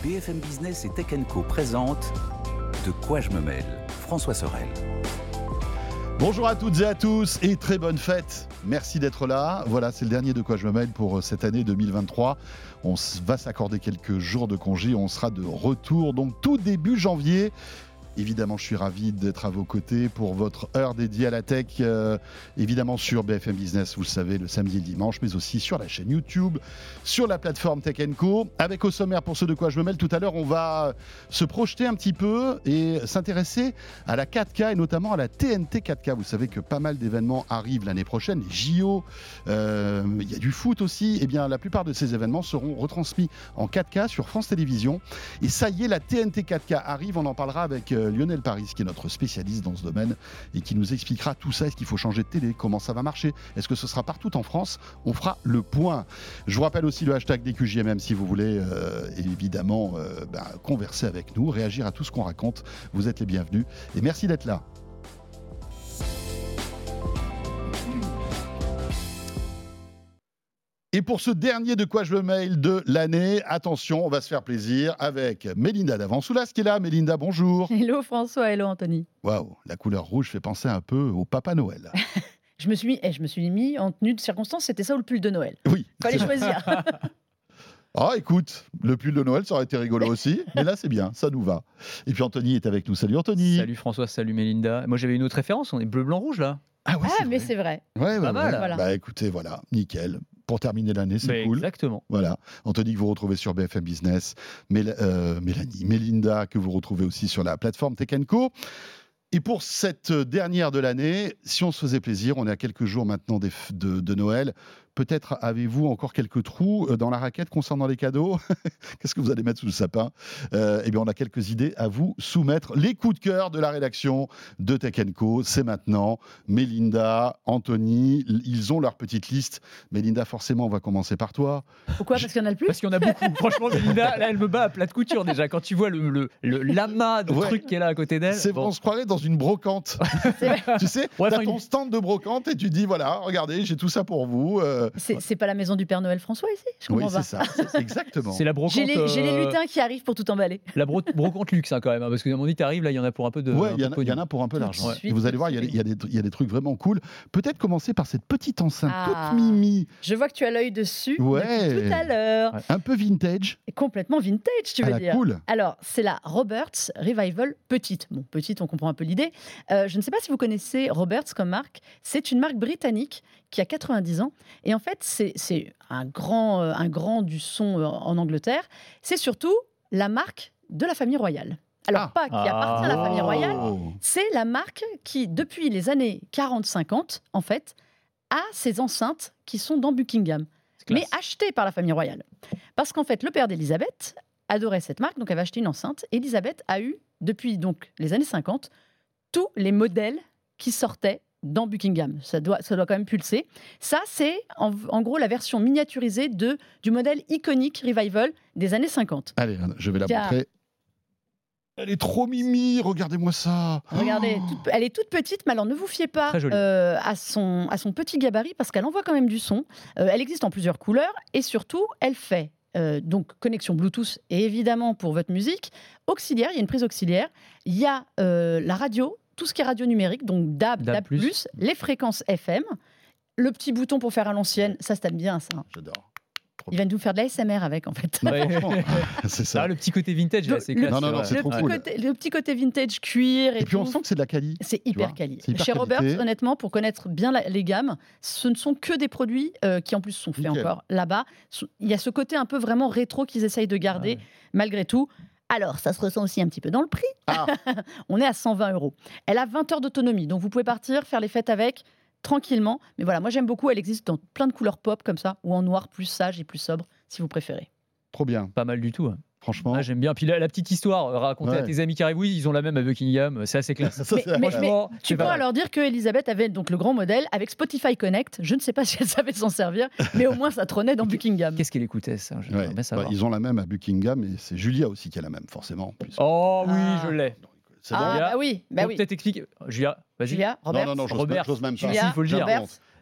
BFM Business et Tech Co présente De quoi je me mêle, François Sorel. Bonjour à toutes et à tous et très bonne fête. Merci d'être là. Voilà, c'est le dernier De quoi je me mêle pour cette année 2023. On va s'accorder quelques jours de congé. On sera de retour donc tout début janvier. Évidemment, je suis ravi d'être à vos côtés pour votre heure dédiée à la tech, évidemment sur BFM Business, vous le savez, le samedi et le dimanche, mais aussi sur la chaîne YouTube, sur la plateforme Tech Co. Avec au sommaire, pour ceux de quoi je me mêle, tout à l'heure, on va se projeter un petit peu et s'intéresser à la 4K et notamment à la TNT 4K. Vous savez que pas mal d'événements arrivent l'année prochaine, les JO, il y a du foot aussi. Eh bien, la plupart de ces événements seront retransmis en 4K sur France Télévisions. Et ça y est, la TNT 4K arrive, on en parlera avec Lionel Paris, qui est notre spécialiste dans ce domaine et qui nous expliquera tout ça. Est-ce qu'il faut changer de télé? Comment ça va marcher? Est-ce que ce sera partout en France? On fera le point. Je vous rappelle aussi le hashtag DQJMM si vous voulez évidemment converser avec nous, réagir à tout ce qu'on raconte. Vous êtes les bienvenus et merci d'être là. Et pour ce dernier De quoi je me mêle de l'année, attention, on va se faire plaisir avec Mélinda Davansoulas qui est là. Mélinda, bonjour. Hello François, hello Anthony. Waouh, la couleur rouge fait penser un peu au Papa Noël. Je me suis mis en tenue de circonstance, c'était ça ou le pull de Noël? Oui. Fallait choisir. Ah, écoute, le pull de Noël, ça aurait été rigolo aussi, mais là c'est bien, ça nous va. Et puis Anthony est avec nous. Salut Anthony. Salut François, salut Mélinda. Moi j'avais une autre référence, on est bleu-blanc-rouge là. Ah, ouais, Mais c'est vrai. Ouais, Pas mal. Voilà. Bah écoutez, voilà, nickel. Pour terminer l'année, c'est cool. Exactement. Voilà, Anthony que vous retrouvez sur BFM Business, Mélanie, Mélinda que vous retrouvez aussi sur la plateforme Tech Co. Et pour cette dernière de l'année, si on se faisait plaisir, on est à quelques jours maintenant de Noël. Peut-être avez-vous encore quelques trous dans la raquette concernant les cadeaux. Qu'est-ce que vous allez mettre sous le sapin? Eh bien, on a quelques idées à vous soumettre. Les coups de cœur de la rédaction de Tech Co, c'est maintenant. Mélinda, Anthony, ils ont leur petite liste. Mélinda, forcément, on va commencer par toi. Pourquoi? Parce qu'il y en a le plus? Parce qu'il y en a beaucoup. Franchement, Mélinda, là, elle me bat à plat de couture déjà. Quand tu vois le l'amas de trucs qu'elle a à côté d'elle. C'est bon. On se croirait dans une brocante. Tu sais, Ouais, t'as ton stand de brocante et tu dis, voilà, regardez, j'ai tout ça pour vous. C'est pas la maison du Père Noël François ici? Je comprends pas. C'est ça, c'est exactement. C'est la brocante. J'ai les lutins qui arrivent pour tout emballer. La brocante luxe quand même, parce que à mon avis, t'arrives là, il y en a pour un peu de. Ouais, il y en a pour un peu d'argent. Et vous allez voir, il y a des trucs vraiment cool. Peut-être commencer par cette petite enceinte toute mimi. Je vois que tu as l'œil dessus Ouais. depuis tout à l'heure. Ouais. Un peu vintage. Et complètement vintage, tu veux dire. Cool. Alors, c'est la Roberts Revival petite. Bon, petite, on comprend un peu l'idée. Je ne sais pas si vous connaissez Roberts comme marque. C'est une marque britannique qui a 90 ans. Et en fait, c'est un grand du son en Angleterre. C'est surtout la marque de la famille royale. Alors, pas qui appartient à la famille royale, c'est la marque qui, depuis les années 40-50, en fait, a ces enceintes qui sont dans Buckingham, mais achetées par la famille royale. Parce qu'en fait, le père d'Elisabeth adorait cette marque, donc elle avait acheté une enceinte. Elisabeth a eu, depuis donc les années 50, tous les modèles qui sortaient dans Buckingham. Ça doit quand même pulser. Ça, c'est en gros la version miniaturisée du modèle iconique Revival des années 50. Allez, je vais la montrer. Elle est trop mimi, regardez-moi ça. Regardez, elle est toute petite, mais alors ne vous fiez pas à son petit gabarit parce qu'elle envoie quand même du son. Elle existe en plusieurs couleurs et surtout, elle fait donc connexion Bluetooth et évidemment pour votre musique, auxiliaire, il y a une prise auxiliaire, il y a la radio, tout ce qui est radio numérique, donc DAB+, les fréquences FM, le petit bouton pour faire à l'ancienne, ça se tape bien ça. J'adore. Il va nous faire de l'ASMR avec en fait. Ouais. C'est ça. Le petit côté vintage, là, c'est classe. Non, c'est trop cool. Le petit côté vintage cuir. Et puis tout. on sent que c'est de la quali. C'est hyper quali. C'est hyper Chez qualité. Roberts, honnêtement, pour connaître bien les gammes, ce ne sont que des produits qui en plus sont faits encore là-bas. Il y a ce côté un peu vraiment rétro qu'ils essayent de garder malgré tout. Alors, ça se ressent aussi un petit peu dans le prix. On est à 120 €. Elle a 20 heures d'autonomie, donc vous pouvez partir, faire les fêtes avec tranquillement. Mais voilà, moi j'aime beaucoup, elle existe dans plein de couleurs pop comme ça, ou en noir plus sage et plus sobre, si vous préférez. Trop bien. Pas mal du tout. Franchement. Ah, j'aime bien. Puis la petite histoire racontée à tes amis qui arrivent, oui, ils ont la même à Buckingham, c'est assez classe. Mais tu pourras leur dire qu'Elisabeth avait donc le grand modèle avec Spotify Connect. Je ne sais pas si elle savait s'en servir, mais au moins ça trônait dans Buckingham. Qu'est-ce qu'elle écoutait ça? Ils ont la même à Buckingham et c'est Julia aussi qui a la même, forcément. Oh oui, je l'ai. Bah oui. Peut-être expliquer. Julia, vas-y. Julia, Robert. Non, j'ose même pas. Julia, il faut le dire. Robert.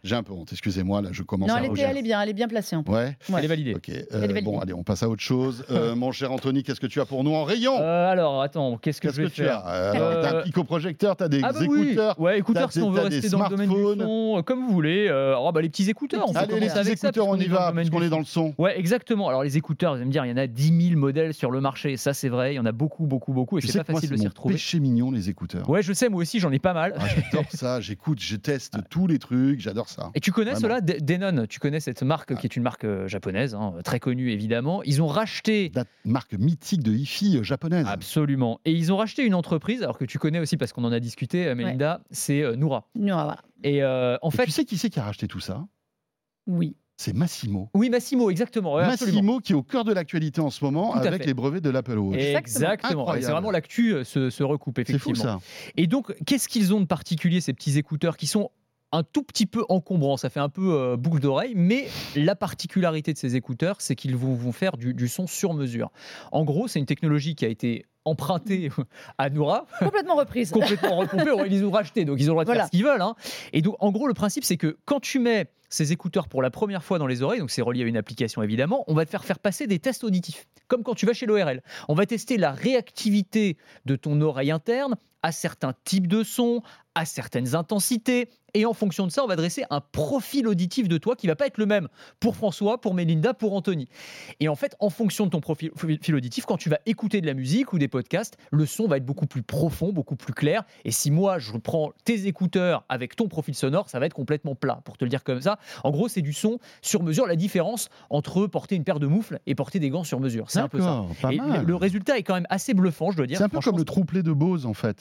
J'ai un peu honte, excusez-moi, là je commence Non, à elle est bien placée en plus. Ouais. Ouais. Elle est validée. Ok. Elle est validée. Bon, allez, on passe à autre chose. Mon cher Anthony, qu'est-ce que tu as pour nous en rayon Alors, attends, qu'est-ce que je vais tu faire as T'as un picoprojecteur, t'as des Ah bah écouteurs. oui. Ouais, écouteurs si on veut t'as des rester dans le domaine du smartphones. son, comme vous voulez. Les petits écouteurs, on peut Allez, les commencer petits avec ça, écouteurs, on y va, puisqu'on est dans le son. Ouais, exactement. Alors les écouteurs, vous allez me dire, il y en a 10 000 modèles sur le marché. Ça, c'est vrai. Il y en a beaucoup, et Tu c'est sais pas que moi, facile c'est de s'y mon retrouver. péché mignon, les écouteurs. Ouais, je sais, moi aussi, j'en ai pas mal. Ah, j'adore ça, j'écoute, je teste tous les trucs, j'adore ça. Et tu connais Vraiment. cela, Denon? Tu connais cette marque qui est une marque japonaise, très connue évidemment. Ils ont racheté. La marque mythique de hi-fi japonaise. Absolument. Et ils ont racheté une entreprise, alors que tu connais aussi parce qu'on en a discuté, Mélinda, c'est Noura. Voilà. Et en Et fait. tu sais qui c'est qui a racheté tout ça? Oui. C'est Massimo. Oui, Massimo, exactement. Ouais, Massimo absolument. qui est au cœur de l'actualité en ce moment Tout à avec fait. les brevets de l'Apple Watch. Exactement. Incroyable. C'est vraiment l'actu se recoupe, C'est fou effectivement. ça. Et donc, qu'est-ce qu'ils ont de particulier, ces petits écouteurs qui sont un tout petit peu encombrants? Ça fait un peu boucle d'oreille, mais la particularité de ces écouteurs, c'est qu'ils vont faire du son sur mesure. En gros, c'est une technologie qui a été empruntée à Noura, Complètement reprise. complètement repompée. Ils ont racheté, donc ils ont le droit de Voilà. faire ce qu'ils veulent. Et donc, en gros, le principe, c'est que quand tu mets ces écouteurs pour la première fois dans les oreilles, donc c'est relié à une application évidemment, on va te faire passer des tests auditifs, comme quand tu vas chez l'ORL. On va tester la réactivité de ton oreille interne à certains types de sons, à certaines intensités, et en fonction de ça, on va dresser un profil auditif de toi qui va pas être le même pour François, pour Mélinda, pour Anthony. Et en fait, en fonction de ton profil auditif, quand tu vas écouter de la musique ou des podcasts, le son va être beaucoup plus profond, beaucoup plus clair. Et si moi, je prends tes écouteurs avec ton profil sonore, ça va être complètement plat, pour te le dire comme ça. En gros, c'est du son sur mesure. La différence entre porter une paire de moufles et porter des gants sur mesure, c'est un peu ça. D'accord, pas Et mal. le résultat est quand même assez bluffant, je dois dire. C'est un peu comme le trouplet de Bose en fait,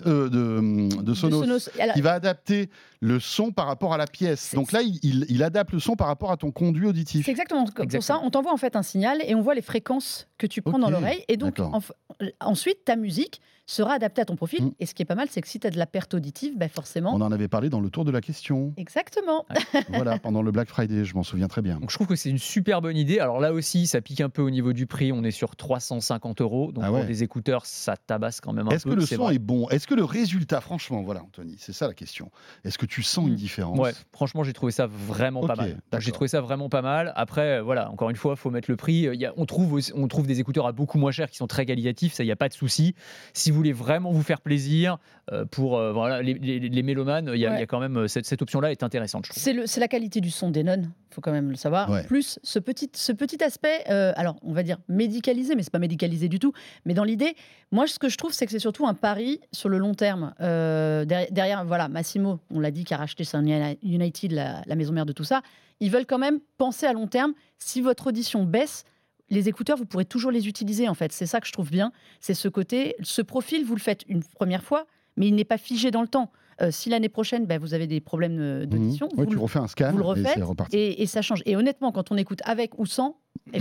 de Sonos, Alors, qui va adapter le son par rapport à la pièce. Donc là, il adapte le son par rapport à ton conduit auditif. c'est exactement pour ça. Exactement. On t'envoie en fait un signal et on voit les fréquences que tu prends dans Ok, l'oreille. Et donc, d'accord. ensuite, ta musique sera adaptée à ton profil. Mm. Et ce qui est pas mal, c'est que si tu as de la perte auditive, forcément. On en avait parlé dans le tour de la question. Exactement. Voilà, pendant le Black Friday, je m'en souviens très bien. Donc je trouve que c'est une super bonne idée. Alors là aussi, ça pique un peu au niveau du prix. On est sur 350 €. Donc Ah ouais. pour des écouteurs, ça tabasse quand même un Est-ce peu. que le c'est son vrai. est bon? Est-ce que le résultat, franchement, voilà, Anthony, c'est ça la question. Est-ce que tu sens une différence? Ouais, franchement, j'ai trouvé ça vraiment pas Ok, mal. Donc, d'accord. j'ai trouvé ça vraiment pas mal. Après, voilà, encore une fois, il faut mettre le prix. On trouve des écouteurs à beaucoup moins cher qui sont très qualitatifs. Ça, il n'y a pas de souci. Si vous voulez vraiment vous faire plaisir, pour les mélomanes, il y a quand même cette option-là est intéressante, je trouve. C'est la qualité du son d'Enon, il faut quand même le savoir. Ouais. Plus ce petit aspect, alors on va dire médicalisé, mais c'est pas médicalisé du tout. Mais dans l'idée, moi ce que je trouve, c'est que c'est surtout un pari sur le long terme. Derrière, voilà, Massimo, on l'a dit, qui a racheté Sound United, la maison mère de tout ça. Ils veulent quand même penser à long terme. Si votre audition baisse, les écouteurs, vous pourrez toujours les utiliser, en fait. C'est ça que je trouve bien. C'est ce côté, ce profil, vous le faites une première fois, mais il n'est pas figé dans le temps. Si l'année prochaine, vous avez des problèmes d'audition, Ouais, tu refais un scan vous le et refaites c'est reparti. et ça change. Et honnêtement, quand on écoute avec ou sans,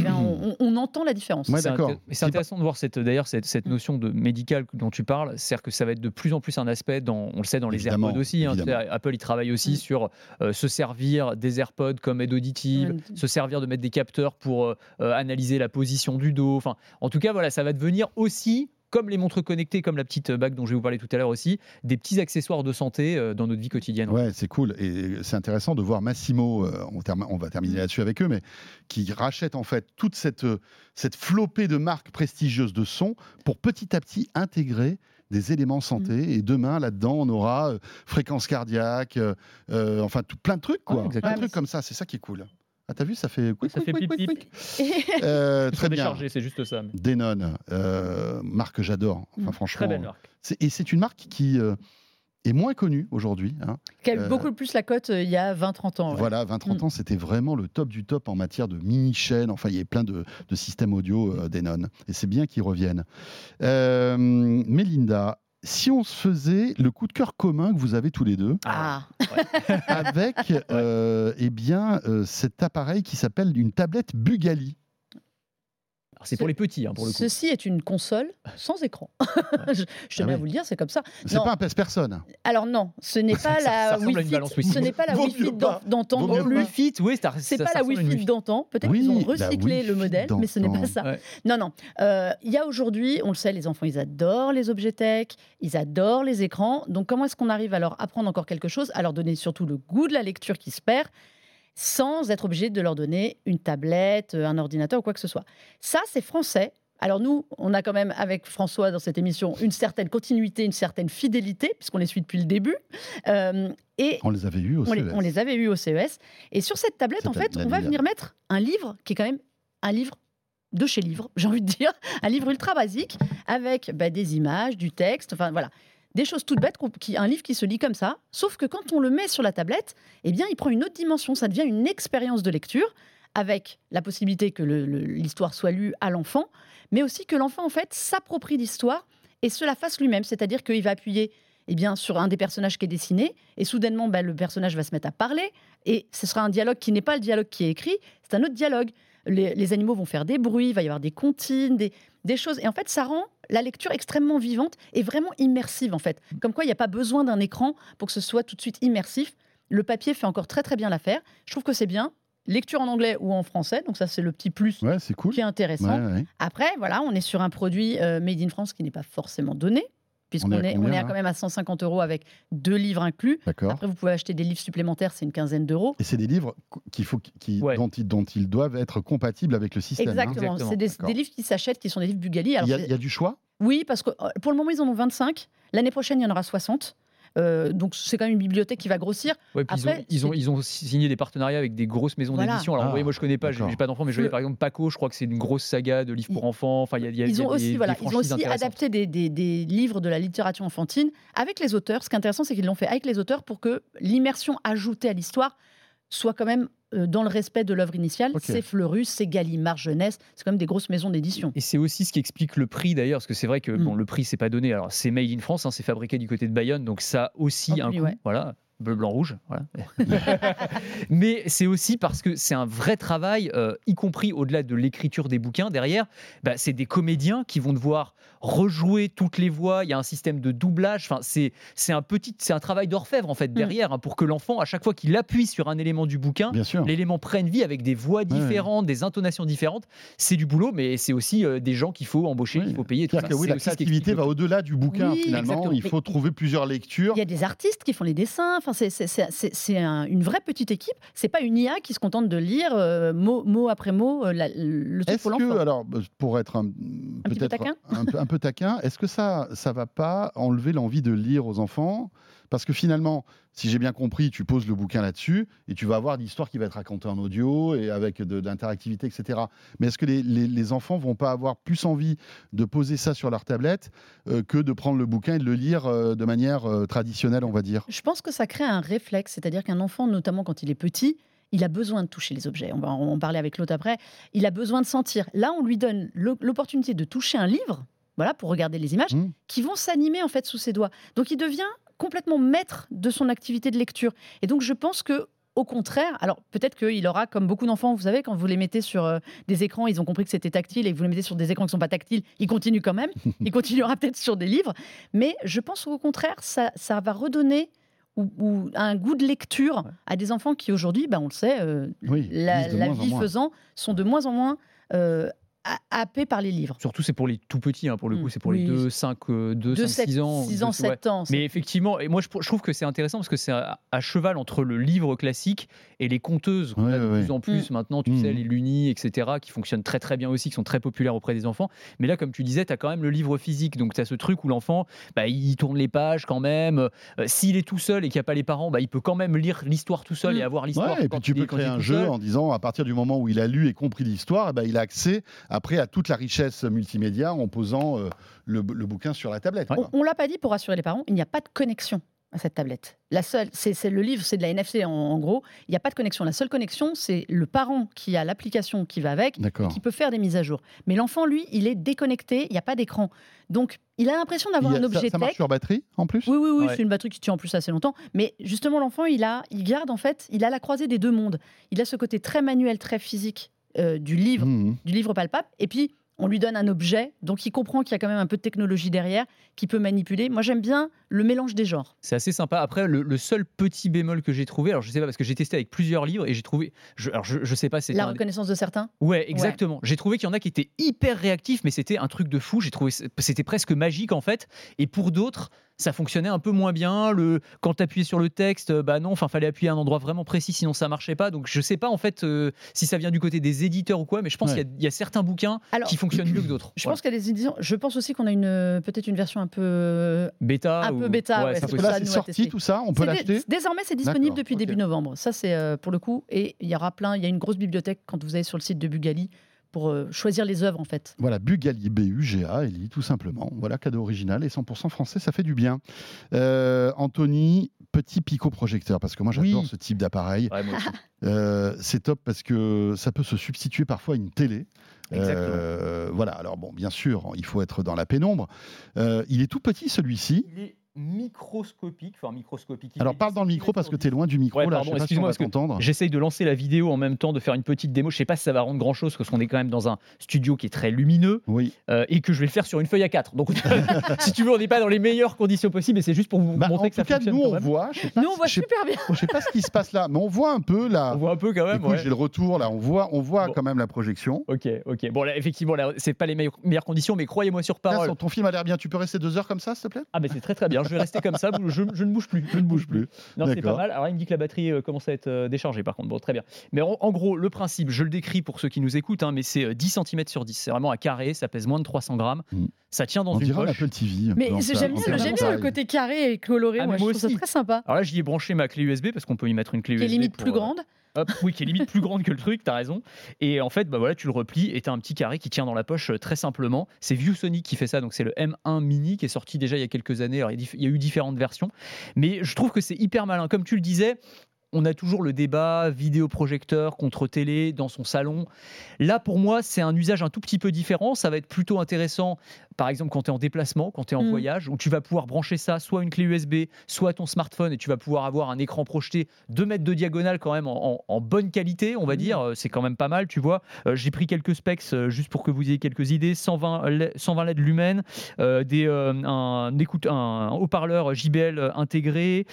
on entend la différence. Ouais, d'accord. C'est intéressant de voir cette notion de médical dont tu parles. C'est-à-dire que ça va être de plus en plus un aspect, on le sait dans les Évidemment, AirPods aussi. évidemment. Apple, il travaille aussi sur se servir des AirPods comme aide auditive, se servir de mettre des capteurs pour analyser la position du dos. Enfin, en tout cas, voilà, ça va devenir aussi, comme les montres connectées, comme la petite bague dont je vais vous parler tout à l'heure aussi, des petits accessoires de santé dans notre vie quotidienne. Ouais, c'est cool. Et c'est intéressant de voir Massimo, on va terminer là-dessus avec eux, mais qui rachète en fait toute cette flopée de marques prestigieuses de son pour petit à petit intégrer des éléments santé. Et demain, là-dedans, on aura fréquence cardiaque, enfin plein de trucs, quoi. Ouais, exactement. Plein de trucs comme ça, c'est ça qui est cool. Ah, t'as vu, ça fait... Ça fait pip-pip. Très bien. Déchargé, c'est juste ça. Denon, marque que j'adore. Enfin, franchement, Très belle marque. Et c'est une marque qui est moins connue aujourd'hui. Hein. Qui a eu beaucoup plus la cote il y a 20-30 ans. Ouais. Voilà, 20-30 ans, c'était vraiment le top du top en matière de mini-chaînes. Enfin, il y a plein de systèmes audio Denon. Et c'est bien qu'ils reviennent. Mélinda, si on se faisait le coup de cœur commun que vous avez tous les deux, avec cet appareil qui s'appelle une tablette Bugali. Alors, c'est pour les petits, pour le coup. Ceci est une console sans écran. Je tenais à vous le dire, c'est comme ça. C'est pas un pèse-personne. Alors non, ce n'est pas la Wi-Fi. Ce n'est pas la Wi-Fi d'antan. Wi-Fi, oui, c'est pas la Wi-Fi d'antan. Peut-être qu'ils ont recyclé le modèle, mais ce n'est pas ça. Ouais. Non. Il y a aujourd'hui, on le sait, les enfants, ils adorent les objets tech, ils adorent les écrans. Donc comment est-ce qu'on arrive à leur apprendre encore quelque chose, à leur donner surtout le goût de la lecture qui se perd, sans être obligé de leur donner une tablette, un ordinateur ou quoi que ce soit. Ça, c'est français. Alors nous, on a quand même, avec François, dans cette émission, une certaine continuité, une certaine fidélité, puisqu'on les suit depuis le début. Et on les avait eus au CES. On les avait eus au CES. Et sur cette tablette, en fait, on va venir mettre un livre qui est quand même un livre de chez Livre, j'ai envie de dire, un livre ultra basique, avec des images, du texte, enfin voilà. Des choses toutes bêtes, un livre qui se lit comme ça, sauf que quand on le met sur la tablette, eh bien, il prend une autre dimension, ça devient une expérience de lecture, avec la possibilité que l'histoire soit lue à l'enfant, mais aussi que l'enfant, en fait, s'approprie l'histoire et se la fasse lui-même, c'est-à-dire qu'il va appuyer sur un des personnages qui est dessiné, et soudainement, le personnage va se mettre à parler, et ce sera un dialogue qui n'est pas le dialogue qui est écrit, c'est un autre dialogue. Les animaux vont faire des bruits, il va y avoir des comptines, des choses. Et en fait, ça rend la lecture extrêmement vivante et vraiment immersive, en fait. Comme quoi, il n'y a pas besoin d'un écran pour que ce soit tout de suite immersif. Le papier fait encore très, très bien l'affaire. Je trouve que c'est bien. Lecture en anglais ou en français. Donc ça, c'est le petit plus c'est cool. qui est intéressant. Ouais. Après, voilà, on est sur un produit made in France qui n'est pas forcément donné, puisqu'on est quand même à 150 € avec 2 livres inclus. D'accord. Après, vous pouvez acheter des livres supplémentaires, c'est une quinzaine d'euros. Et c'est des livres dont ils doivent être compatibles avec le système. Exactement. C'est des livres qui s'achètent, qui sont des livres Bugali. Il y a du choix ? Oui, parce que pour le moment, ils en ont 25. L'année prochaine, il y en aura 60. Donc c'est quand même une bibliothèque qui va grossir. Ouais, après, ils ont signé des partenariats avec des grosses maisons d'édition. Alors moi je connais pas, j'ai pas d'enfants, mais je connais par exemple Paco, je crois que c'est une grosse saga de livres pour enfants. Enfin, ils ont aussi adapté des livres de la littérature enfantine avec les auteurs. Ce qui est intéressant, c'est qu'ils l'ont fait avec les auteurs pour que l'immersion ajoutée à l'histoire soit quand même dans le respect de l'œuvre initiale. C'est Fleurus, c'est Gallimard Jeunesse, c'est quand même des grosses maisons d'édition. Et c'est aussi ce qui explique le prix d'ailleurs, parce que c'est vrai que le prix c'est pas donné. Alors c'est made in France, c'est fabriqué du côté de Bayonne, donc ça a aussi un coût. Voilà. Bleu, blanc, rouge, voilà. Mais c'est aussi parce que c'est un vrai travail, y compris au-delà de l'écriture des bouquins. Derrière, c'est des comédiens qui vont devoir rejouer toutes les voix. Il y a un système de doublage. Enfin, c'est un travail d'orfèvre en fait derrière, pour que l'enfant, à chaque fois qu'il appuie sur un élément du bouquin, l'élément prenne vie avec des voix différentes, des intonations différentes. C'est du boulot, mais c'est aussi des gens qu'il faut embaucher, qu'il faut payer. C'est-à-dire que la créativité va au-delà du bouquin finalement. Exactement. Il faut trouver plusieurs lectures. Il y a des artistes qui font les dessins. Enfin, c'est une vraie petite équipe. C'est pas une IA qui se contente de lire mot après mot le truc pour l'enfant. Est-ce que, alors, pour être un peu taquin, est-ce que ça va pas enlever l'envie de lire aux enfants ? Parce que finalement, si j'ai bien compris, tu poses le bouquin là-dessus et tu vas avoir l'histoire qui va être racontée en audio et avec de l'interactivité, etc. Mais est-ce que les enfants vont pas avoir plus envie de poser ça sur leur tablette que de prendre le bouquin et de le lire de manière traditionnelle, on va dire ? Je pense que ça crée un réflexe, c'est-à-dire qu'un enfant, notamment quand il est petit, il a besoin de toucher les objets. On va en parler avec l'autre après. Il a besoin de sentir. Là, on lui donne l'opportunité de toucher un livre, voilà, pour regarder les images, qui vont s'animer en fait sous ses doigts. Donc, il devient complètement maître de son activité de lecture. Et donc, je pense que au contraire, alors peut-être qu'il aura, comme beaucoup d'enfants, vous savez, quand vous les mettez sur des écrans, ils ont compris que c'était tactile, et que vous les mettez sur des écrans qui ne sont pas tactiles, ils continuent quand même. Il continuera peut-être sur des livres. Mais je pense qu'au contraire, ça va redonner ou un goût de lecture à des enfants qui aujourd'hui, on le sait, la vie faisant, sont de moins en moins happés par les livres. Surtout, c'est pour les tout petits, pour le coup, c'est pour les 2, 5, 6 ans. 6 ans, 7 ans. Mais effectivement, et moi je trouve que c'est intéressant parce que c'est à cheval entre le livre classique et les conteuses. On a de plus en plus maintenant, tu sais, les Luni, etc., qui fonctionnent très très bien aussi, qui sont très populaires auprès des enfants. Mais là, comme tu disais, tu as quand même le livre physique. Donc tu as ce truc où l'enfant, il tourne les pages quand même. S'il est tout seul et qu'il n'y a pas les parents, il peut quand même lire l'histoire tout seul et avoir l'histoire. Et puis tu peux créer un jeu en disant, à partir du moment où il a lu et compris l'histoire, il a accès après à toute la richesse multimédia en posant le bouquin sur la tablette. On ne l'a pas dit pour rassurer les parents, il n'y a pas de connexion à cette tablette. La seule, c'est le livre, c'est de la NFC en gros. Il n'y a pas de connexion. La seule connexion, c'est le parent qui a l'application qui va avec, et qui peut faire des mises à jour. Mais l'enfant, lui, il est déconnecté, il n'y a pas d'écran. Donc, il a l'impression d'avoir un objet tech. Ça marche sur batterie, en plus ? Oui, c'est une batterie qui tient en plus assez longtemps. Mais justement, l'enfant, il garde en fait, il a la croisée des deux mondes. Il a ce côté très manuel, très physique du livre palpable. Et puis, On lui donne un objet, donc il comprend qu'il y a quand même un peu de technologie derrière, qu'il peut manipuler. Moi, j'aime bien le mélange des genres. C'est assez sympa. Après, le seul petit bémol que j'ai trouvé, alors je sais pas parce que j'ai testé avec plusieurs livres et j'ai trouvé, je sais pas, c'était La reconnaissance de certains. Ouais, exactement. J'ai trouvé qu'il y en a qui étaient hyper réactifs, mais c'était un truc de fou. J'ai trouvé c'était presque magique en fait. Et pour d'autres, ça fonctionnait un peu moins bien. Quand tu appuyais sur le texte, bah non, fallait appuyer à un endroit vraiment précis, sinon ça marchait pas. Donc je sais pas en fait si ça vient du côté des éditeurs ou quoi, mais je pense qu'il y a certains bouquins qui fonctionnent mieux que d'autres. Je pense qu'il y a des éditions. Je pense aussi qu'on a peut-être une version un peu bêta. Bêta. Parce que là, c'est sorti tout ça, on peut l'acheter. Désormais, c'est disponible depuis début novembre. Ça, c'est pour le coup. Et il y a une grosse bibliothèque quand vous allez sur le site de Bugali pour choisir les œuvres en fait. Voilà, Bugali, B-U-G-A-L-I, tout simplement. Voilà, cadeau original et 100% français, ça fait du bien. Anthony, petit pico-projecteur, parce que moi j'adore ce type d'appareil. Ouais, moi aussi. C'est top parce que ça peut se substituer parfois à une télé. Exactement. Voilà, alors bon, bien sûr, il faut être dans la pénombre. Il est tout petit celui-ci. Il est microscopique. Alors parle dans le micro parce que tu es loin du micro, ouais, là, pardon, je sais pas si on va parce que t'entendre. J'essaye de lancer la vidéo en même temps, de faire une petite démo. Je sais pas si ça va rendre grand chose parce qu'on est quand même dans un studio qui est très lumineux et que je vais le faire sur une feuille A4. Donc si tu veux, on n'est pas dans les meilleures conditions possibles et c'est juste pour vous montrer que ça fonctionne. Nous quand on même. voit, nous on voit super bien. Je sais pas ce qui se passe là, mais on voit un peu là. On voit un peu quand même. Écoute, j'ai le retour là, on voit quand même la projection. Ok. Bon là, effectivement, là, c'est pas les meilleures conditions, mais croyez-moi sur parole. Là, ton film a l'air bien. Tu peux rester 2 heures comme ça, s'il te plaît? Ah mais c'est très bien. Je vais rester comme ça. Je ne bouge plus. Je ne bouge plus. Non, c'est pas mal. Alors, il me dit que la batterie commence à être déchargée, par contre. Bon, très bien. Mais en gros, le principe, je le décris pour ceux qui nous écoutent, mais c'est 10 cm sur 10. C'est vraiment un carré, ça pèse moins de 300 grammes. Ça tient dans une poche. On dirait l'Apple TV. Mais j'aime bien le côté carré et coloré. Moi, je trouve ça très sympa. Alors là, j'y ai branché ma clé USB parce qu'on peut y mettre une clé USB. Qui est limite plus grande. Oui, qui est limite plus grande que le truc, t'as raison. Et en fait, tu le replies et t'as un petit carré qui tient dans la poche très simplement. C'est ViewSonic qui fait ça, donc c'est le M1 Mini qui est sorti déjà il y a quelques années. Alors, il y a eu différentes versions, mais je trouve que c'est hyper malin. Comme tu le disais, on a toujours le débat vidéoprojecteur contre télé dans son salon. Là, pour moi, c'est un usage un tout petit peu différent. Ça va être plutôt intéressant, par exemple, quand tu es en déplacement, quand tu es en voyage, où tu vas pouvoir brancher ça, soit une clé USB, soit ton smartphone, et tu vas pouvoir avoir un écran projeté 2 mètres de diagonale quand même en bonne qualité, on va dire. C'est quand même pas mal, tu vois. J'ai pris quelques specs juste pour que vous ayez quelques idées. 120 LED lumen, un haut-parleur JBL intégré.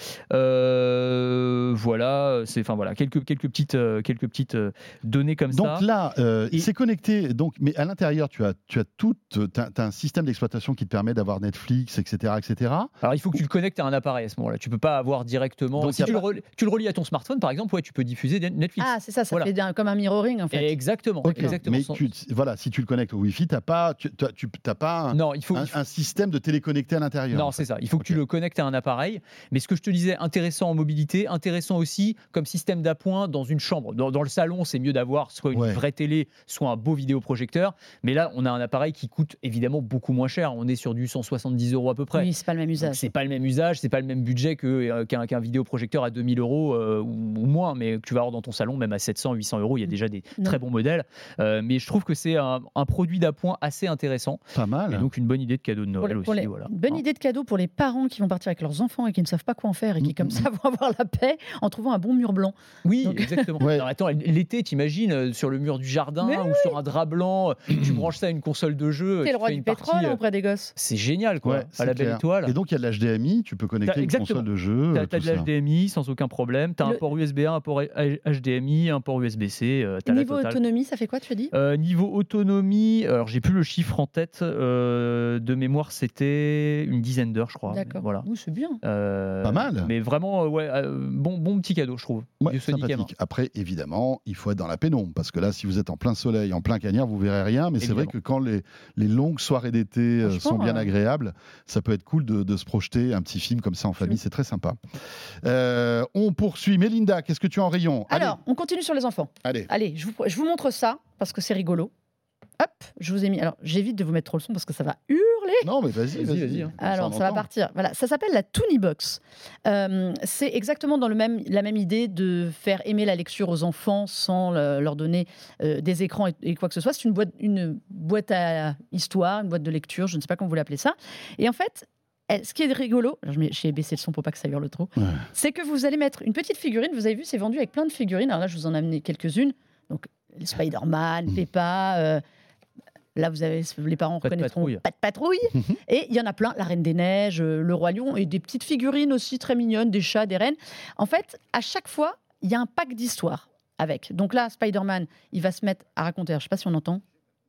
Voilà. Quelques petites données comme ça. Donc là, c'est connecté. Donc, mais à l'intérieur, tu as un système d'exploitation qui te permet d'avoir Netflix, etc., etc. Alors, il faut que tu le connectes à un appareil à ce moment-là. Tu peux pas avoir directement. Donc, si tu le relis à ton smartphone, par exemple, tu peux diffuser Netflix. Ah, c'est ça. Ça fait comme un mirroring en fait. Exactement. Okay. Exactement. Mais si tu le connectes au Wi-Fi, t'as pas un système de téléconnecté à l'intérieur. Non, c'est ça. Il faut que tu le connectes à un appareil. Mais ce que je te disais, intéressant en mobilité, intéressant aussi comme système d'appoint dans une chambre. Dans le salon, c'est mieux d'avoir soit une vraie télé, soit un beau vidéoprojecteur. Mais là, on a un appareil qui coûte évidemment beaucoup moins cher. On est sur du 170 € à peu près. Oui, c'est pas le même usage. C'est pas le même usage, c'est pas le même budget qu'un vidéoprojecteur à 2000 € ou moins. Mais que tu vas avoir dans ton salon, même à 700, 800 €, il y a déjà des très bons modèles. Mais je trouve que c'est un produit d'appoint assez intéressant. Pas mal. Et donc une bonne idée de cadeau de Noël aussi. Voilà. Une bonne idée de cadeau pour les parents qui vont partir avec leurs enfants et qui ne savent pas quoi en faire et qui, comme ça, vont avoir la paix en trouvant un bon mur blanc. Oui, exactement. Alors, attends, l'été, t'imagines sur le mur du jardin ou sur un drap blanc, tu branches ça à une console de jeu. C'est le roi du pétrole auprès des gosses. C'est génial, quoi. À la belle étoile. Et donc il y a de l'HDMI, tu peux connecter une console de jeu. T'as de l'HDMI sans aucun problème. T'as un port USB A, un port HDMI, un port USB-C. Niveau autonomie, ça fait quoi, tu as dit? Niveau autonomie, alors j'ai plus le chiffre en tête. De mémoire, c'était une dizaine d'heures, je crois. D'accord. Voilà. Oui, c'est bien. Pas mal. Mais vraiment, bon petit cadeau, je trouve. Sympathique. Après, évidemment, il faut être dans la pénombre parce que là, si vous êtes en plein soleil, en plein cagnard, vous verrez rien. Mais c'est vrai que quand les longues soirées d'été sont bien agréables, ça peut être cool de se projeter un petit film comme ça en famille. C'est très sympa. On poursuit. Mélinda, qu'est-ce que tu as en rayon? Alors, on continue sur les enfants. Allez, je vous montre ça parce que c'est rigolo. Hop, je vous ai mis. Alors, j'évite de vous mettre trop le son parce que ça va hurler. Non, mais vas-y. Alors, ça va partir. Voilà, ça s'appelle la Toonibox. C'est exactement dans la même idée de faire aimer la lecture aux enfants sans leur donner des écrans et quoi que ce soit. C'est une boîte à histoire, une boîte de lecture, je ne sais pas comment vous l'appelez ça. Et en fait, ce qui est rigolo, j'ai baissé le son pour pas que ça hurle trop, c'est que vous allez mettre une petite figurine. Vous avez vu, c'est vendu avec plein de figurines. Alors là, je vous en ai amené quelques-unes. Donc, Spider-Man, Peppa. Là, les parents Pas de reconnaîtront patrouille. Pas de patrouille. Et il y en a plein, la Reine des Neiges, le Roi Lion, et des petites figurines aussi très mignonnes, des chats, des reines. En fait, à chaque fois, il y a un pack d'histoires avec. Donc là, Spider-Man, il va se mettre à raconter. Alors, je ne sais pas si on entend.